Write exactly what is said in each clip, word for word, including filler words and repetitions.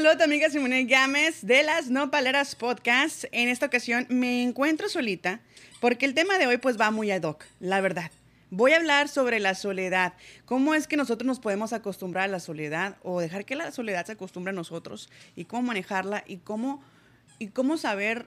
saludo a tu amiga Simone Gámez de las Nopaleras Podcast. En esta ocasión me encuentro solita porque el tema de hoy pues va muy ad hoc, la verdad. Voy a hablar sobre la soledad, cómo es que nosotros nos podemos acostumbrar a la soledad o dejar que la soledad se acostumbre a nosotros y cómo manejarla y cómo, y cómo saber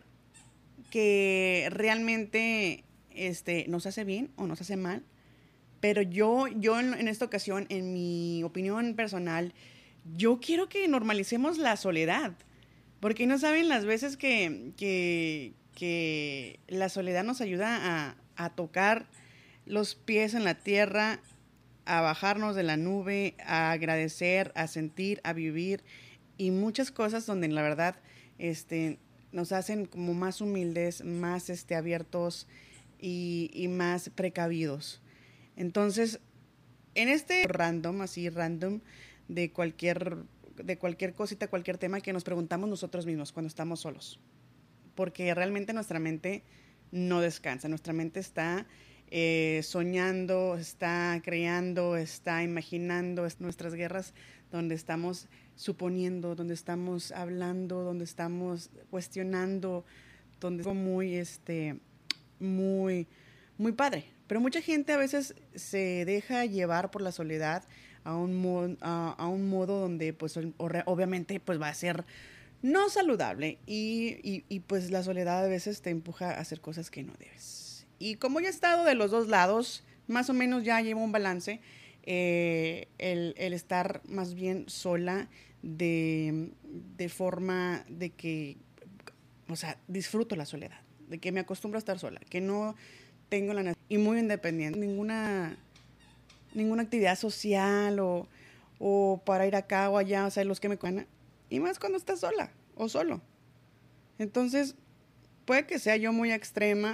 que realmente este, nos hace bien o nos hace mal. Pero yo, yo en, en esta ocasión, en mi opinión personal, yo quiero que normalicemos la soledad. Porque no saben las veces que, que, que la soledad nos ayuda a, a tocar los pies en la tierra, a bajarnos de la nube, a agradecer, a sentir, a vivir y muchas cosas donde la verdad este, nos hacen como más humildes, más este, abiertos y, y más precavidos. Entonces, en este random, así random, de cualquier, de cualquier cosita, cualquier tema que nos preguntamos nosotros mismos cuando estamos solos. Porque realmente nuestra mente no descansa, nuestra mente está eh, soñando, está creando, está imaginando es nuestras guerras donde estamos suponiendo, donde estamos hablando, donde estamos cuestionando, donde es muy, este, muy, muy padre. Pero mucha gente a veces se deja llevar por la soledad a un, mo- a, a un modo donde pues obviamente pues va a ser no saludable y, y, y pues la soledad a veces te empuja a hacer cosas que no debes. Y como ya he estado de los dos lados, más o menos ya llevo un balance, eh, el, el estar más bien sola de, de forma de que, o sea, disfruto la soledad, de que me acostumbro a estar sola, que no tengo la necesidad y muy independiente, ninguna, ninguna actividad social o, o para ir acá o allá, o sea, los que me cuentan. Y más cuando estás sola o solo. Entonces, puede que sea yo muy extrema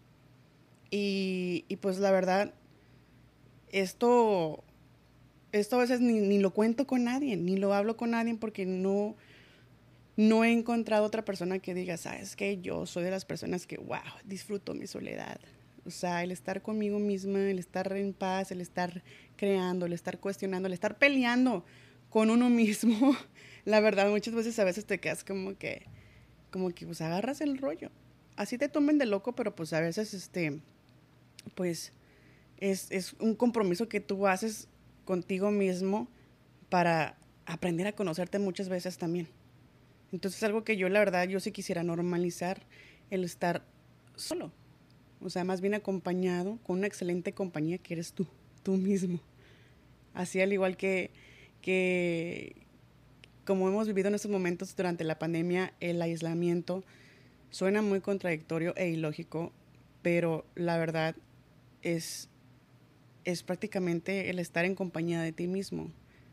y, y pues la verdad, esto, esto a veces ni, ni lo cuento con nadie, ni lo hablo con nadie porque no, no he encontrado otra persona que diga, sabes que yo soy de las personas que, wow, disfruto mi soledad. O sea, el estar conmigo misma, el estar en paz, el estar creando, el estar cuestionando, el estar peleando con uno mismo. La verdad, muchas veces a veces te quedas como que, como que pues agarras el rollo. Así te tomen de loco, pero pues a veces, este, pues es, es un compromiso que tú haces contigo mismo para aprender a conocerte muchas veces también. Entonces, algo que yo, la verdad, yo sí quisiera normalizar el estar solo. O sea, más bien acompañado con una excelente compañía que eres tú, tú mismo. Así al igual que, que como hemos vivido en estos momentos durante la pandemia, el aislamiento suena muy contradictorio e ilógico, pero la verdad es, es prácticamente el estar en compañía de ti mismo.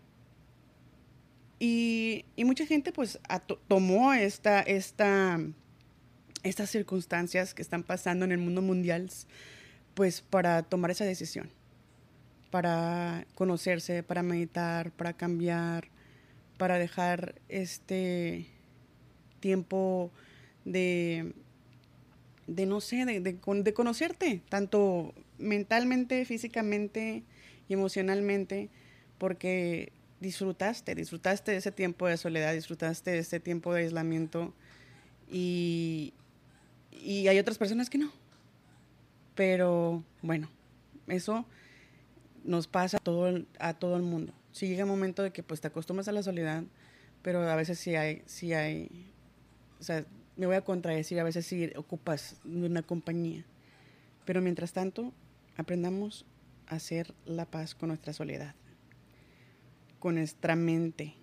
Y, y mucha gente pues ato- tomó esta, esta, estas circunstancias que están pasando en el mundo mundial pues para tomar esa decisión, para conocerse, para meditar, para cambiar, para dejar este tiempo de, de no sé, de, de, de conocerte, tanto mentalmente, físicamente y emocionalmente, porque disfrutaste, disfrutaste de ese tiempo de soledad, disfrutaste de ese tiempo de aislamiento y, y hay otras personas que no. Pero bueno, eso nos pasa a todo, el, a todo el mundo. Si llega un momento de que pues te acostumbras a la soledad, pero a veces sí hay, sí hay, o sea, me voy a contradecir, a veces sí ocupas una compañía. Pero mientras tanto, aprendamos a hacer la paz con nuestra soledad, con nuestra mente.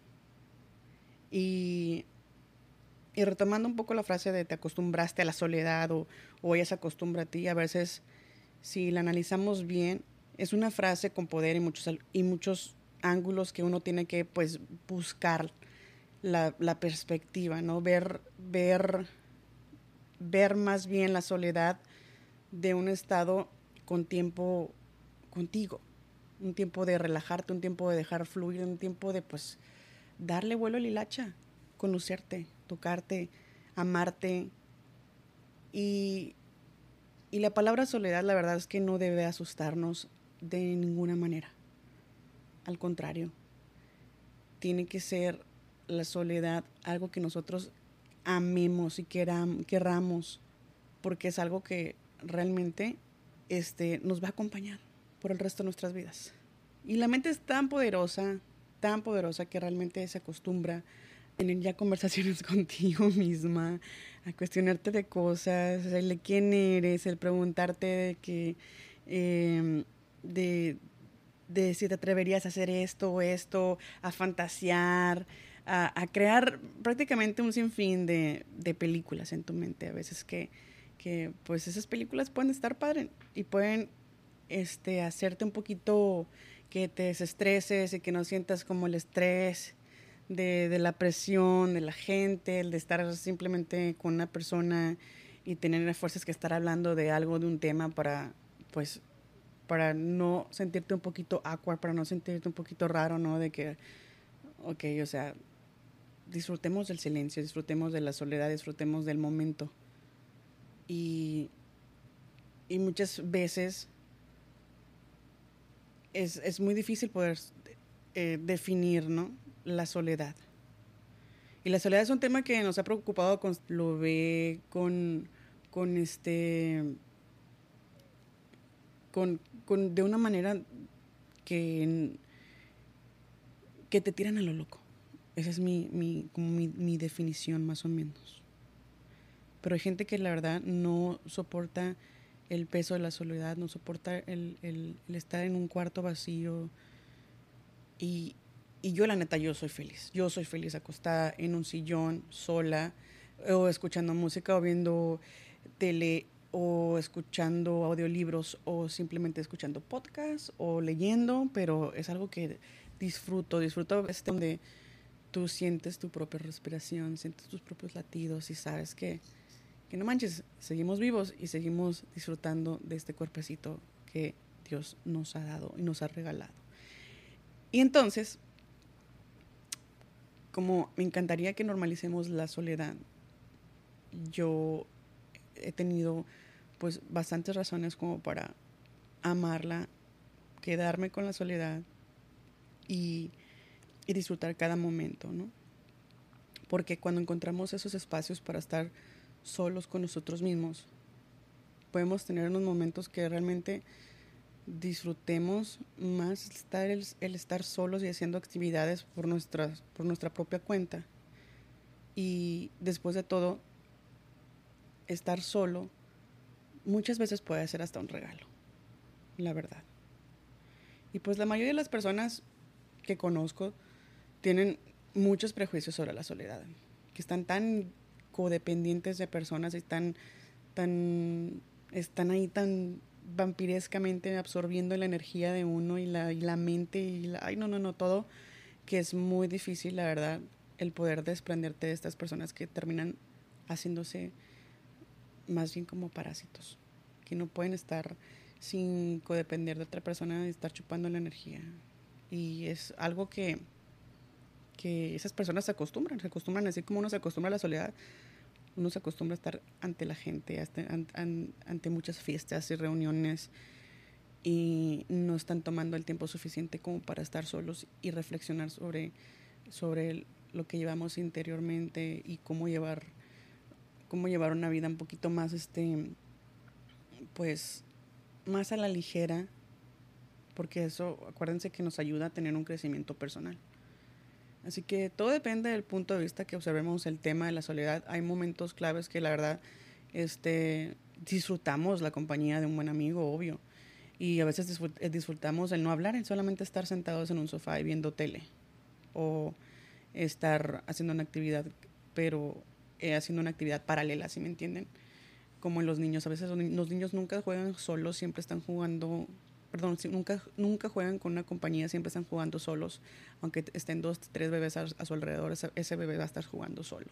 Y, y retomando un poco la frase de te acostumbraste a la soledad o, o ella se acostumbra a ti, a veces si la analizamos bien, es una frase con poder y muchos, y muchos ángulos que uno tiene que pues buscar la, la perspectiva, ¿no? Ver, ver, ver más bien la soledad de un estado con tiempo contigo, un tiempo de relajarte, un tiempo de dejar fluir, un tiempo de pues darle vuelo a la hilacha, conocerte, tocarte, amarte y, y la palabra soledad la verdad es que no debe asustarnos de ninguna manera, al contrario, tiene que ser la soledad algo que nosotros amemos y queram, querramos, porque es algo que realmente este, nos va a acompañar por el resto de nuestras vidas. Y la mente es tan poderosa, tan poderosa que realmente se acostumbra a tener ya conversaciones contigo misma, a cuestionarte de cosas, el de quién eres, el preguntarte de que, eh, de, de si te atreverías a hacer esto o esto, a fantasear, a, a crear prácticamente un sinfín de, de películas en tu mente. A veces que, que pues esas películas pueden estar padres y pueden este, hacerte un poquito que te desestreses y que no sientas como el estrés de, de la presión de la gente, el de estar simplemente con una persona y tener fuerzas que estar hablando de algo, de un tema para, pues, para no sentirte un poquito awkward, para no sentirte un poquito raro, ¿no? De que, ok, o sea, disfrutemos del silencio, disfrutemos de la soledad, disfrutemos del momento. Y, y muchas veces es, es muy difícil poder eh, definir, ¿no?, la soledad. Y la soledad es un tema que nos ha preocupado, con, lo ve con, con este, con, con, de una manera que, que te tiran a lo loco. Esa es mi, mi, como mi, mi definición más o menos. Pero hay gente que la verdad no soporta el peso de la soledad, no soporta el, el, el estar en un cuarto vacío. Y, y yo la neta, yo soy feliz. Yo soy feliz acostada en un sillón, sola, o escuchando música, o viendo tele, o escuchando audiolibros, o simplemente escuchando podcasts, o leyendo, pero es algo que disfruto, disfruto este donde tú sientes tu propia respiración, sientes tus propios latidos y sabes que, que no manches, seguimos vivos y seguimos disfrutando de este cuerpecito que Dios nos ha dado y nos ha regalado. Y entonces, como me encantaría que normalicemos la soledad, yo he tenido pues bastantes razones como para amarla, quedarme con la soledad y, y disfrutar cada momento, ¿no? Porque cuando encontramos esos espacios para estar solos con nosotros mismos, podemos tener unos momentos que realmente disfrutemos más estar el, el estar solos y haciendo actividades por nuestra, por nuestra propia cuenta. Y después de todo, estar solo muchas veces puede ser hasta un regalo, la verdad. Y pues la mayoría de las personas que conozco tienen muchos prejuicios sobre la soledad, que están tan codependientes de personas y están, tan, están ahí tan vampirescamente absorbiendo la energía de uno y la, y la mente y la, ay no, no, no, todo, que es muy difícil, la verdad, el poder desprenderte de estas personas que terminan haciéndose más bien como parásitos, que no pueden estar sin codepender de otra persona y estar chupando la energía. Y es algo que, que esas personas se acostumbran, se acostumbran, así como uno se acostumbra a la soledad, uno se acostumbra a estar ante la gente, hasta, an, an, ante muchas fiestas y reuniones, y no están tomando el tiempo suficiente como para estar solos y reflexionar sobre, sobre lo que llevamos interiormente y cómo llevar, cómo llevar una vida un poquito más, este, pues, más a la ligera, porque eso, acuérdense que nos ayuda a tener un crecimiento personal. Así que todo depende del punto de vista que observemos el tema de la soledad. Hay momentos claves que la verdad este, disfrutamos la compañía de un buen amigo, obvio. Y a veces disfrutamos el no hablar, el solamente estar sentados en un sofá y viendo tele. O estar haciendo una actividad, pero eh, haciendo una actividad paralela, ¿sí me entienden? Como en los niños. A veces los niños nunca juegan solos, siempre están jugando... Perdón, nunca, nunca juegan con una compañía, siempre están jugando solos. Aunque estén dos, tres bebés a, a su alrededor, ese, ese bebé va a estar jugando solo.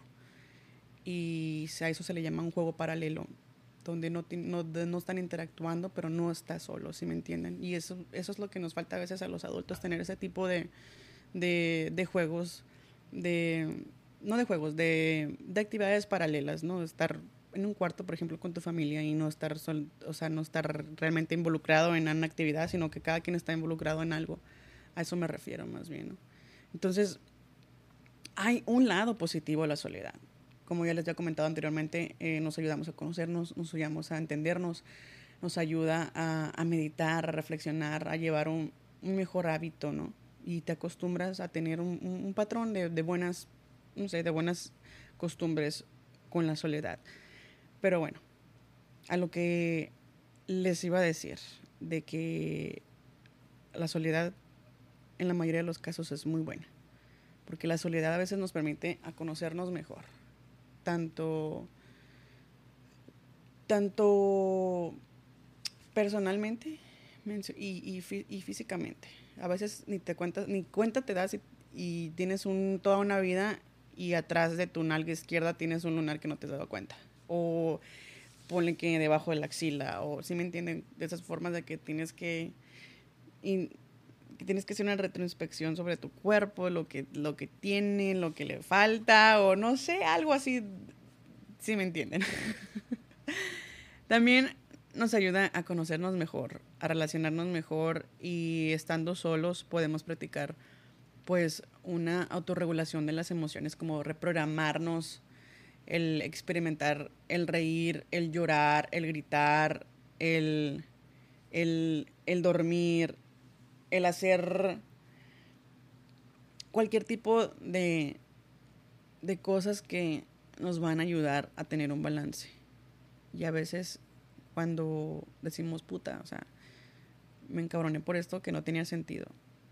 Y a eso se le llama un juego paralelo, donde no, no, no están interactuando, pero no está solo, ¿sí me entienden? Y eso, eso es lo que nos falta a veces a los adultos, tener ese tipo de, de, de juegos, de no de juegos, de, de actividades paralelas, ¿no? Estar en un cuarto, por ejemplo, con tu familia y no estar, sol, o sea, no estar realmente involucrado en una actividad, sino que cada quien está involucrado en algo. A eso me refiero más bien, ¿no? Entonces, hay un lado positivo a la soledad. Como ya les había comentado anteriormente, eh, nos ayudamos a conocernos, nos ayudamos a entendernos, nos ayuda a, a meditar, a reflexionar, a llevar un, un mejor hábito, ¿no? Y te acostumbras a tener un, un, un patrón de, de buenas, no sé, de buenas costumbres con la soledad. Pero bueno, a lo que les iba a decir, de que la soledad en la mayoría de los casos es muy buena, porque la soledad a veces nos permite a conocernos mejor, tanto, tanto personalmente y, y, y físicamente. A veces ni te cuentas, ni cuenta te das y, y tienes un, toda una vida y atrás de tu nalga izquierda tienes un lunar que no te has dado cuenta. O ponle que debajo de la axila, o si ¿sí me entienden? De esas formas de que tienes que, y, que tienes que hacer una retroinspección sobre tu cuerpo, lo que, lo que tiene, lo que le falta, o no sé, algo así, ¿sí me entienden? También nos ayuda a conocernos mejor, a relacionarnos mejor, y estando solos podemos practicar pues una autorregulación de las emociones, como reprogramarnos, el experimentar, el reír, el llorar, el gritar, el, el, el dormir, el hacer cualquier tipo de, de cosas que nos van a ayudar a tener un balance. Y a veces cuando decimos puta, o sea, me encabroné por esto que no tenía sentido.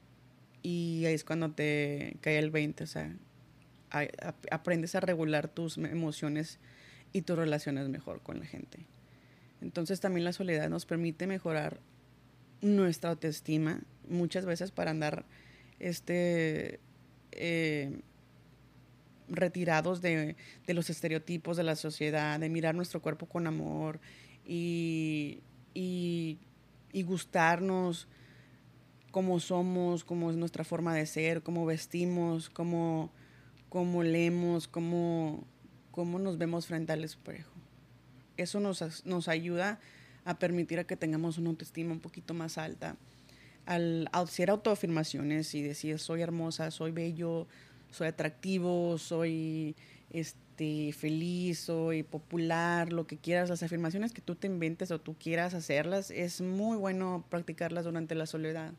Y ahí es cuando te cae el veinte, o sea, a, a, aprendes a regular tus emociones y tus relaciones mejor con la gente. Entonces también la soledad nos permite mejorar nuestra autoestima, muchas veces para andar este eh, retirados de, de los estereotipos de la sociedad, de mirar nuestro cuerpo con amor y, y, y gustarnos cómo somos, cómo es nuestra forma de ser, cómo vestimos, cómo, cómo leemos, cómo, cómo nos vemos frente al espejo. Eso nos, nos ayuda a permitir a que tengamos una autoestima un poquito más alta. Al, al hacer autoafirmaciones y decir soy hermosa, soy bello, soy atractivo, soy este, feliz, soy popular, lo que quieras, las afirmaciones que tú te inventes o tú quieras hacerlas, es muy bueno practicarlas durante la soledad.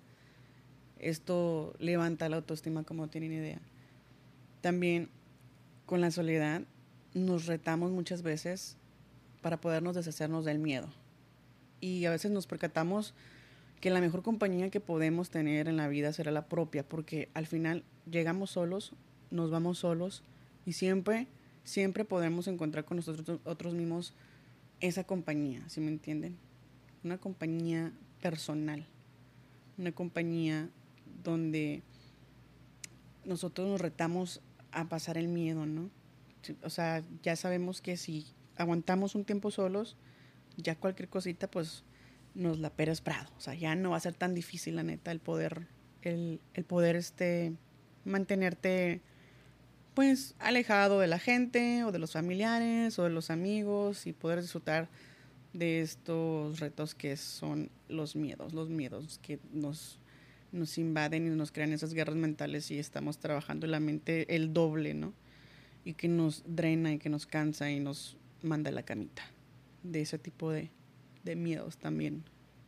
Esto levanta la autoestima como no tienen idea. También con la soledad nos retamos muchas veces para podernos deshacernos del miedo. Y a veces nos percatamos que la mejor compañía que podemos tener en la vida será la propia, porque al final llegamos solos, nos vamos solos y siempre, siempre podemos encontrar con nosotros otros mismos esa compañía, ¿sí me entienden? Una compañía personal, una compañía donde nosotros nos retamos a pasar el miedo, ¿no? O sea, ya sabemos que si aguantamos un tiempo solos, ya cualquier cosita, pues nos la peras prado. O sea, ya no va a ser tan difícil, la neta, el poder, el, el poder este, mantenerte, pues, alejado de la gente, o de los familiares, o de los amigos, y poder disfrutar de estos retos que son los miedos, los miedos que nos, nos invaden y nos crean esas guerras mentales y estamos trabajando en la mente el doble, ¿no? Y que nos drena y que nos cansa y nos manda a la camita. De ese tipo de, de miedos también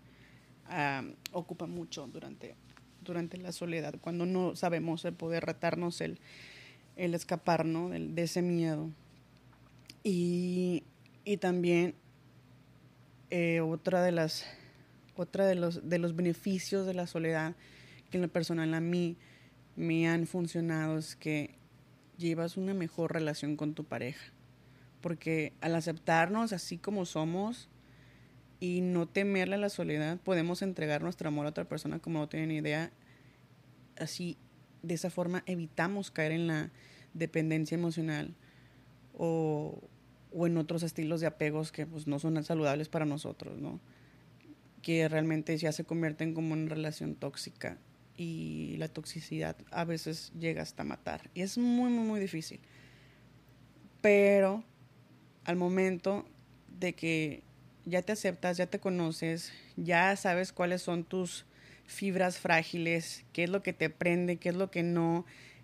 uh, ocupa mucho durante, durante la soledad, cuando no sabemos el poder retarnos, el, el escapar, ¿no? de, de ese miedo. Y, y también eh, otra de las otra de los, de los beneficios de la soledad que en lo personal a mí me han funcionado es que llevas una mejor relación con tu pareja, porque al aceptarnos así como somos y no temerle a la soledad, podemos entregar nuestro amor a otra persona como no tienen idea. Así, de esa forma evitamos caer en la dependencia emocional o, o en otros estilos de apegos que pues no son saludables para nosotros, ¿no? Que realmente ya se convierten como en una relación tóxica y la toxicidad a veces llega hasta matar y es muy muy muy difícil, pero al momento de que ya te aceptas, ya te conoces, ya sabes cuáles son tus fibras frágiles, qué es lo que te prende, qué es lo que no,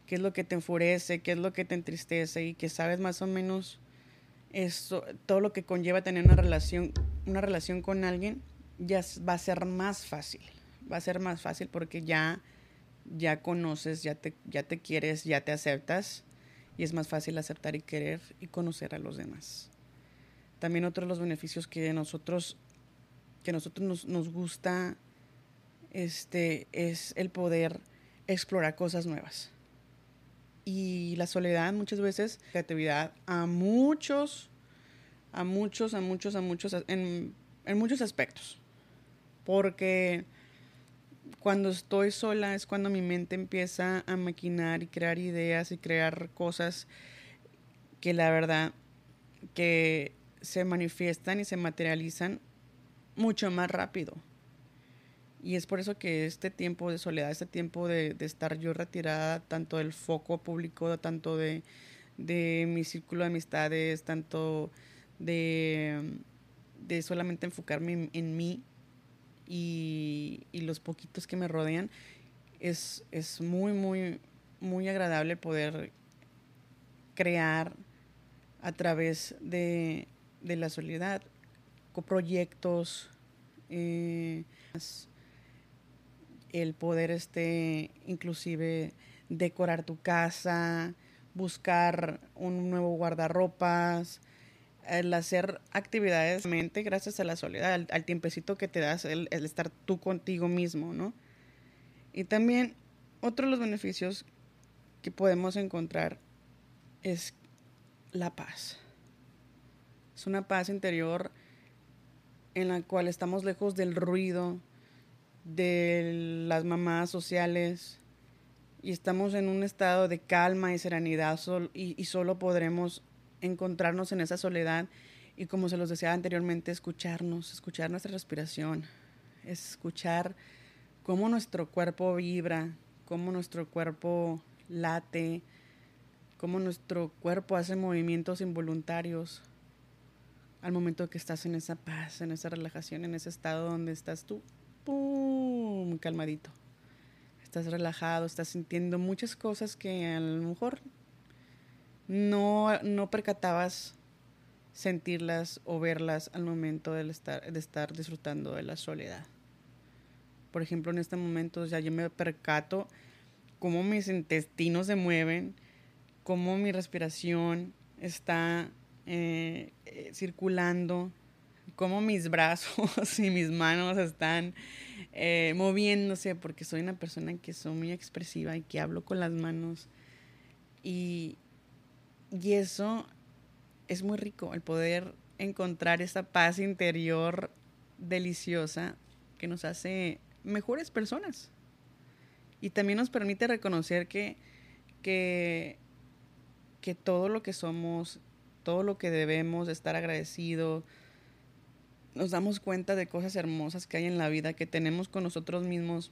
qué es lo que te enfurece, qué es lo que te entristece y que sabes más o menos eso, todo lo que conlleva tener una relación, una relación con alguien, ya va a ser más fácil. Va a ser más fácil porque ya, ya conoces, ya te, ya te quieres, ya te aceptas y es más fácil aceptar y querer y conocer a los demás. También otro de los beneficios que nosotros, que nosotros nos, nos gusta este, es el poder explorar cosas nuevas. Y la soledad muchas veces, creatividad a muchos, a muchos, a muchos, a muchos, en, en muchos aspectos. Porque cuando estoy sola es cuando mi mente empieza a maquinar y crear ideas y crear cosas que la verdad que se manifiestan y se materializan mucho más rápido. Y es por eso que este tiempo de soledad, este tiempo de, de estar yo retirada tanto del foco público, tanto de, de mi círculo de amistades, tanto de, de solamente enfocarme en, en mí y, y los poquitos que me rodean, es, es muy, muy, muy agradable poder crear a través de, de la soledad, con proyectos, eh, el poder este inclusive decorar tu casa, buscar un nuevo guardarropas, el hacer actividades gracias a la soledad, al, al tiempecito que te das, el, el estar tú contigo mismo, ¿no? Y también otro de los beneficios que podemos encontrar es la paz. Es una paz interior en la cual estamos lejos del ruido, de las mamadas sociales y estamos en un estado de calma y serenidad sol, y, y solo podremos encontrarnos en esa soledad y, como se los decía anteriormente, escucharnos, escuchar nuestra respiración, escuchar cómo nuestro cuerpo vibra, cómo nuestro cuerpo late, cómo nuestro cuerpo hace movimientos involuntarios al momento que estás en esa paz, en esa relajación, en ese estado donde estás tú, ¡pum!, calmadito. Estás relajado, estás sintiendo muchas cosas que a lo mejor no, no percatabas sentirlas o verlas al momento de estar, de estar disfrutando de la soledad. Por ejemplo, en este momento ya yo me percato cómo mis intestinos se mueven, cómo mi respiración está eh, eh, circulando, cómo mis brazos y mis manos están eh, moviéndose, porque soy una persona que soy muy expresiva y que hablo con las manos. Y, y eso es muy rico, el poder encontrar esa paz interior deliciosa que nos hace mejores personas. Y también nos permite reconocer que, que, que todo lo que somos, todo lo que debemos estar agradecidos, nos damos cuenta de cosas hermosas que hay en la vida, que tenemos con nosotros mismos,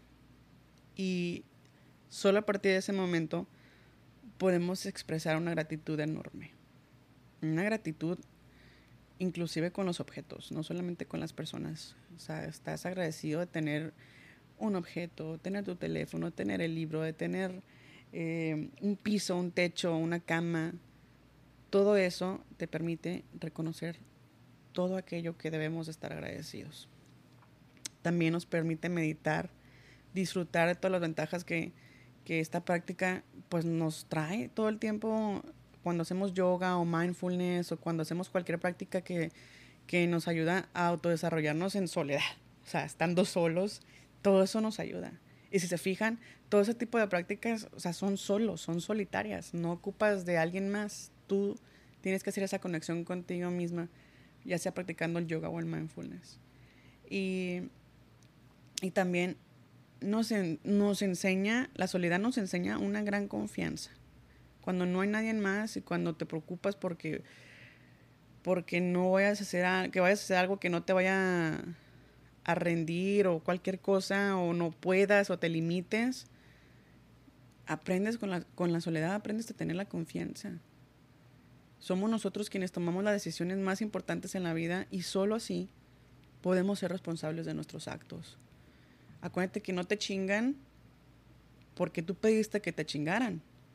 y solo a partir de ese momento podemos expresar una gratitud enorme. Una gratitud inclusive con los objetos, no solamente con las personas. O sea, estás agradecido de tener un objeto, tener tu teléfono, tener el libro, de tener eh, un piso, un techo, una cama. Todo eso te permite reconocer todo aquello que debemos estar agradecidos. También nos permite meditar, disfrutar de todas las ventajas que, que esta práctica pues nos trae todo el tiempo. Cuando hacemos yoga o mindfulness o cuando hacemos cualquier práctica que, que nos ayuda a autodesarrollarnos en soledad, o sea, estando solos, todo eso nos ayuda. Y si se fijan, todo ese tipo de prácticas, o sea, son solos, son solitarias, no ocupas de alguien más. Tú tienes que hacer esa conexión contigo misma, ya sea practicando el yoga o el mindfulness. Y, y también nos, en, nos enseña, la soledad nos enseña una gran confianza. Cuando no hay nadie más y cuando te preocupas porque, porque no vayas a hacer, que vayas a hacer algo que no te vaya a, a rendir o cualquier cosa, o no puedas o te limites, aprendes con la, con la soledad, aprendes a tener la confianza. Somos nosotros quienes tomamos las decisiones más importantes en la vida y solo así podemos ser responsables de nuestros actos. Acuérdate que no te chingan porque tú pediste que te chingaran.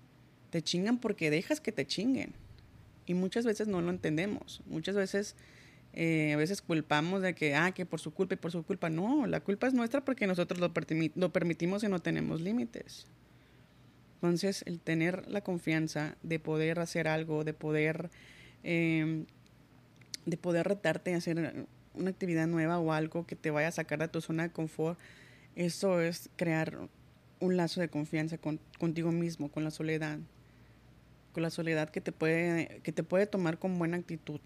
Te chingan porque dejas que te chinguen. Y muchas veces no lo entendemos. Muchas veces, eh, a veces culpamos de que, ah, que por su culpa y por su culpa. No, la culpa es nuestra porque nosotros lo, pertimi- lo permitimos y no tenemos límites. Entonces, el tener la confianza de poder hacer algo, de poder, eh, de poder retarte a hacer una actividad nueva o algo que te vaya a sacar de tu zona de confort, eso es crear un lazo de confianza con, contigo mismo, con la soledad, con la soledad que te puede, que te puede tomar con buena actitud.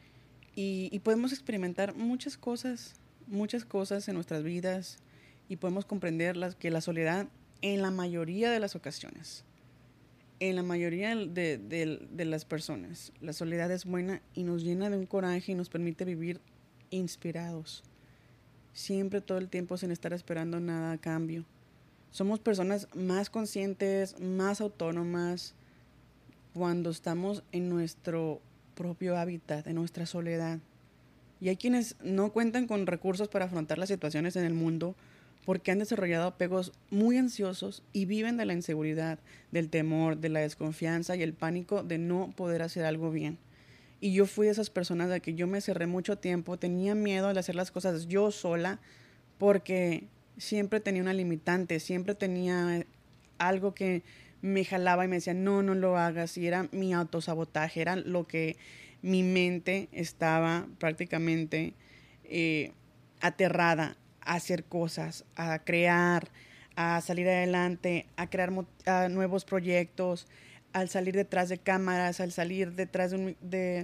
Y, y podemos experimentar muchas cosas, muchas cosas en nuestras vidas y podemos comprender las, que la soledad en la mayoría de las ocasiones, en la mayoría de, de, de las personas, la soledad es buena y nos llena de un coraje y nos permite vivir inspirados. Siempre, todo el tiempo, sin estar esperando nada a cambio. Somos personas más conscientes, más autónomas, cuando estamos en nuestro propio hábitat, en nuestra soledad. Y hay quienes no cuentan con recursos para afrontar las situaciones en el mundo porque han desarrollado apegos muy ansiosos y viven de la inseguridad, del temor, de la desconfianza y el pánico de no poder hacer algo bien. Y yo fui de esas personas de que yo me cerré mucho tiempo, tenía miedo de hacer las cosas yo sola porque siempre tenía una limitante, siempre tenía algo que me jalaba y me decía, no, no lo hagas. Y era mi autosabotaje, era lo que mi mente estaba prácticamente eh, aterrada a hacer cosas, a crear, a salir adelante, a crear a nuevos proyectos, al salir detrás de cámaras, al salir detrás de, un, de,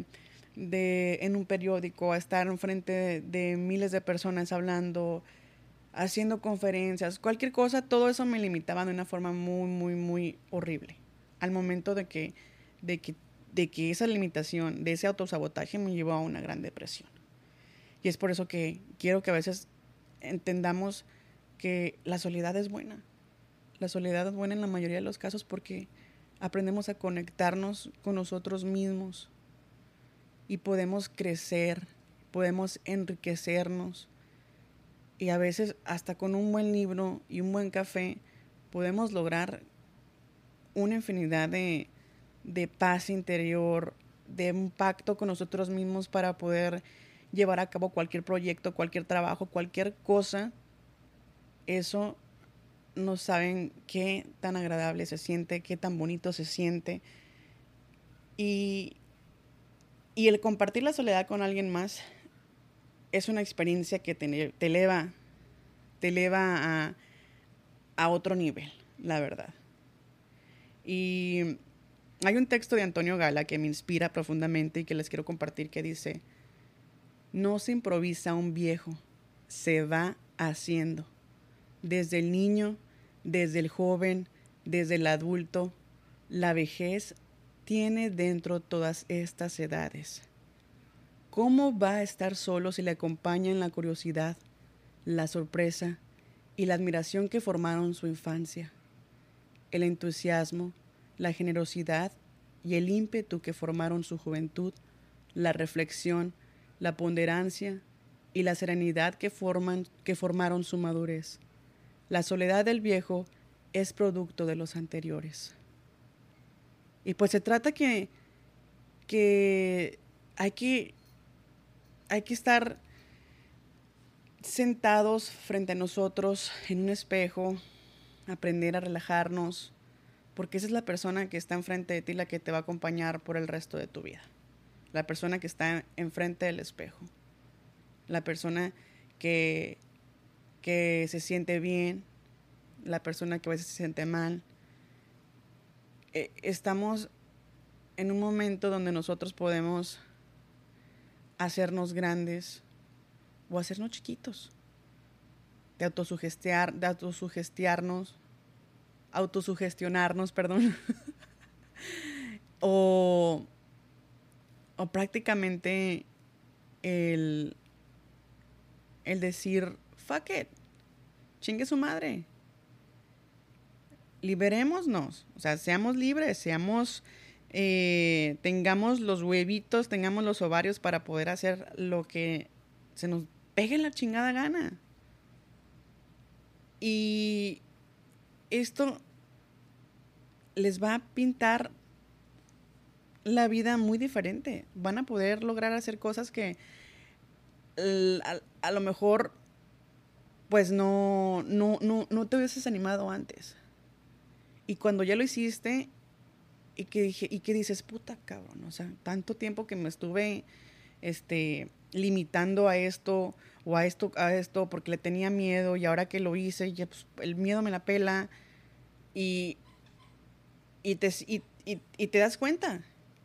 de en un periódico, a estar enfrente de, de miles de personas hablando, haciendo conferencias, cualquier cosa, todo eso me limitaba de una forma muy, muy, muy horrible. Al momento de que, de que, de que esa limitación, de ese autosabotaje me llevó a una gran depresión. Y es por eso que quiero que a veces entendamos que la soledad es buena. La soledad es buena en la mayoría de los casos porque aprendemos a conectarnos con nosotros mismos y podemos crecer, podemos enriquecernos. Y a veces hasta con un buen libro y un buen café podemos lograr una infinidad de, de paz interior, de un pacto con nosotros mismos para poder llevar a cabo cualquier proyecto, cualquier trabajo, cualquier cosa. Eso no saben qué tan agradable se siente, qué tan bonito se siente. Y, y el compartir la soledad con alguien más es una experiencia que te, te eleva, te eleva a, a otro nivel, la verdad. Y hay un texto de Antonio Gala que me inspira profundamente y que les quiero compartir que dice, no se improvisa un viejo, se va haciendo. Desde el niño, desde el joven, desde el adulto, la vejez tiene dentro todas estas edades. ¿Cómo va a estar solo si le acompañan la curiosidad, la sorpresa y la admiración que formaron su infancia? El entusiasmo, la generosidad y el ímpetu que formaron su juventud, la reflexión, la ponderancia y la serenidad que, forman, que formaron su madurez. La soledad del viejo es producto de los anteriores. Y pues se trata que, que hay que hay que estar sentados frente a nosotros en un espejo, aprender a relajarnos, porque esa es la persona que está enfrente de ti, la que te va a acompañar por el resto de tu vida. La persona que está enfrente del espejo. La persona que, que se siente bien, la persona que a veces se siente mal. Eh, estamos en un momento donde nosotros podemos hacernos grandes o hacernos chiquitos, de autosugestiar, de autosugestiarnos, autosugestionarnos, perdón, o, o prácticamente el, el decir, fuck it, chingue su madre, liberémonos, o sea, seamos libres, seamos, eh, tengamos los huevitos, tengamos los ovarios para poder hacer lo que se nos pegue la chingada gana. Y esto les va a pintar la vida muy diferente. Van a poder lograr hacer cosas que l- a, a lo mejor pues no, no, no, no te hubieses animado antes. Y cuando ya lo hiciste y que, dije, y que dices, puta cabrón, o sea, tanto tiempo que me estuve este, limitando a esto o a esto, a esto porque le tenía miedo y ahora que lo hice, ya, pues, el miedo me la pela y, y, te, y, y, y te das cuenta.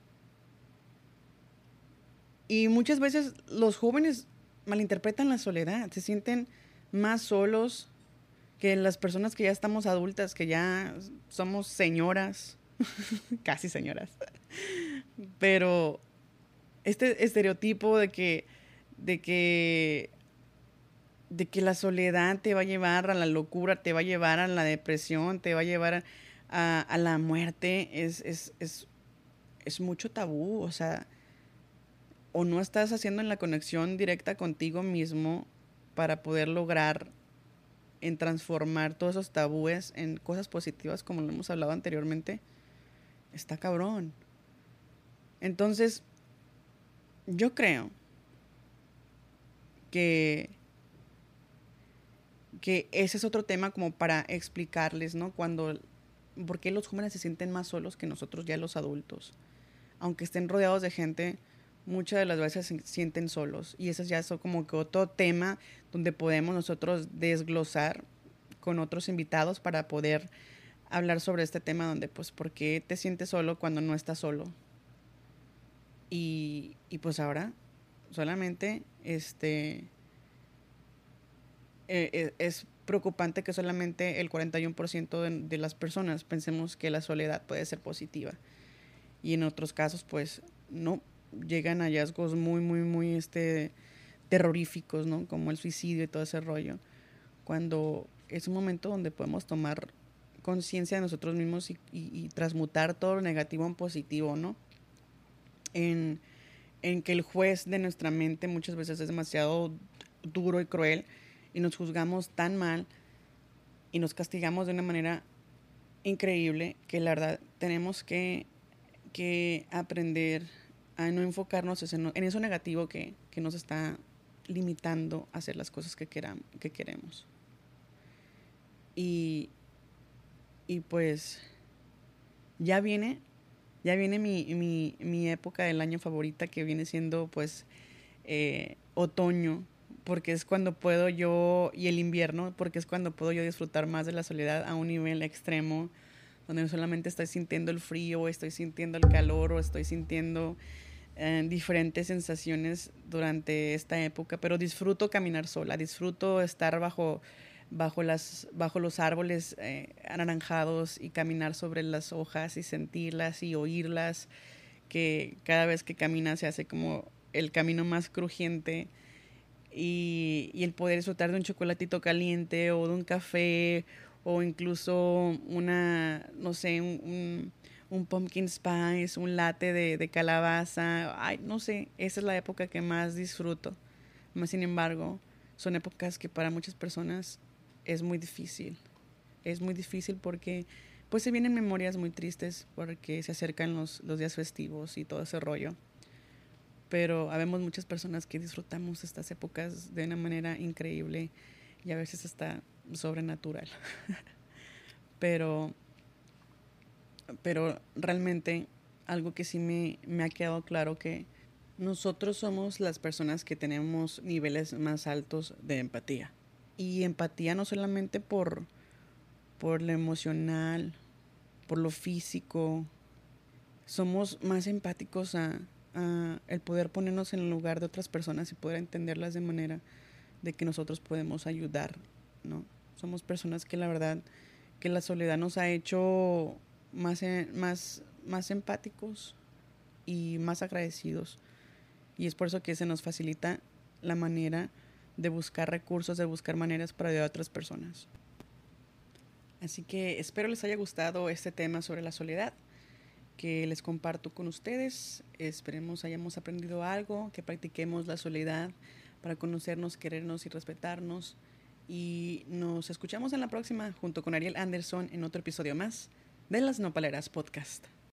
Y muchas veces los jóvenes malinterpretan la soledad, se sienten más solos que las personas que ya estamos adultas, que ya somos señoras, casi señoras. Pero este estereotipo de que, de que, de que la soledad te va a llevar a la locura, te va a llevar a la depresión, te va a llevar a, a, a la muerte, es, es, es, es mucho tabú. O sea, o no estás haciendo la conexión directa contigo mismo para poder lograr en transformar todos esos tabúes en cosas positivas, como lo hemos hablado anteriormente, está cabrón. Entonces, yo creo que, que ese es otro tema como para explicarles, ¿no? Cuando, ¿por qué los jóvenes se sienten más solos que nosotros ya los adultos? Aunque estén rodeados de gente, muchas de las veces se sienten solos. Y ese ya es como que otro tema donde podemos nosotros desglosar con otros invitados para poder hablar sobre este tema donde, pues, ¿por qué te sientes solo cuando no estás solo? Y, y pues ahora solamente este eh, es preocupante que solamente el cuarenta y uno por ciento de, de las personas pensemos que la soledad puede ser positiva. Y en otros casos, pues, no, llegan a hallazgos muy, muy, muy este, terroríficos, ¿no? Como el suicidio y todo ese rollo. Cuando es un momento donde podemos tomar conciencia de nosotros mismos y, y, y transmutar todo lo negativo en positivo, ¿no? En, en que el juez de nuestra mente muchas veces es demasiado duro y cruel y nos juzgamos tan mal y nos castigamos de una manera increíble que la verdad tenemos que, que aprender a no enfocarnos en eso negativo que, que nos está limitando a hacer las cosas que, queram, que queremos. Y, y pues ya viene, ya viene mi, mi, mi época del año favorita, que viene siendo pues eh, otoño, porque es cuando puedo yo, y el invierno, porque es cuando puedo yo disfrutar más de la soledad a un nivel extremo, donde no solamente estoy sintiendo el frío, o estoy sintiendo el calor, o estoy sintiendo eh, diferentes sensaciones durante esta época, pero disfruto caminar sola, disfruto estar bajo, bajo, las, bajo los árboles eh, anaranjados y caminar sobre las hojas y sentirlas y oírlas, que cada vez que caminas se hace como el camino más crujiente. Y, y el poder disfrutar de un chocolatito caliente o de un café o incluso una, no sé, un, un, un pumpkin spice, un latte de, de calabaza. Ay, no sé, esa es la época que más disfruto. Más sin embargo, son épocas que para muchas personas es muy difícil. Es muy difícil porque pues se vienen memorias muy tristes porque se acercan los, los días festivos y todo ese rollo. Pero habemos muchas personas que disfrutamos estas épocas de una manera increíble y a veces hasta sobrenatural. pero, pero realmente algo que sí me, me ha quedado claro, que nosotros somos las personas que tenemos niveles más altos de empatía. Y empatía no solamente por, por lo emocional, por lo físico. Somos más empáticos a, a el poder ponernos en el lugar de otras personas y poder entenderlas de manera de que nosotros podemos ayudar, ¿no? Somos personas que la verdad que la soledad nos ha hecho más, más, más empáticos y más agradecidos. Y es por eso que se nos facilita la manera de buscar recursos, de buscar maneras para ayudar a otras personas. Así que espero les haya gustado este tema sobre la soledad que les comparto con ustedes. Esperemos hayamos aprendido algo, que practiquemos la soledad para conocernos, querernos y respetarnos. Y nos escuchamos en la próxima junto con Ariel Anderson en otro episodio más de las Nopaleras Podcast.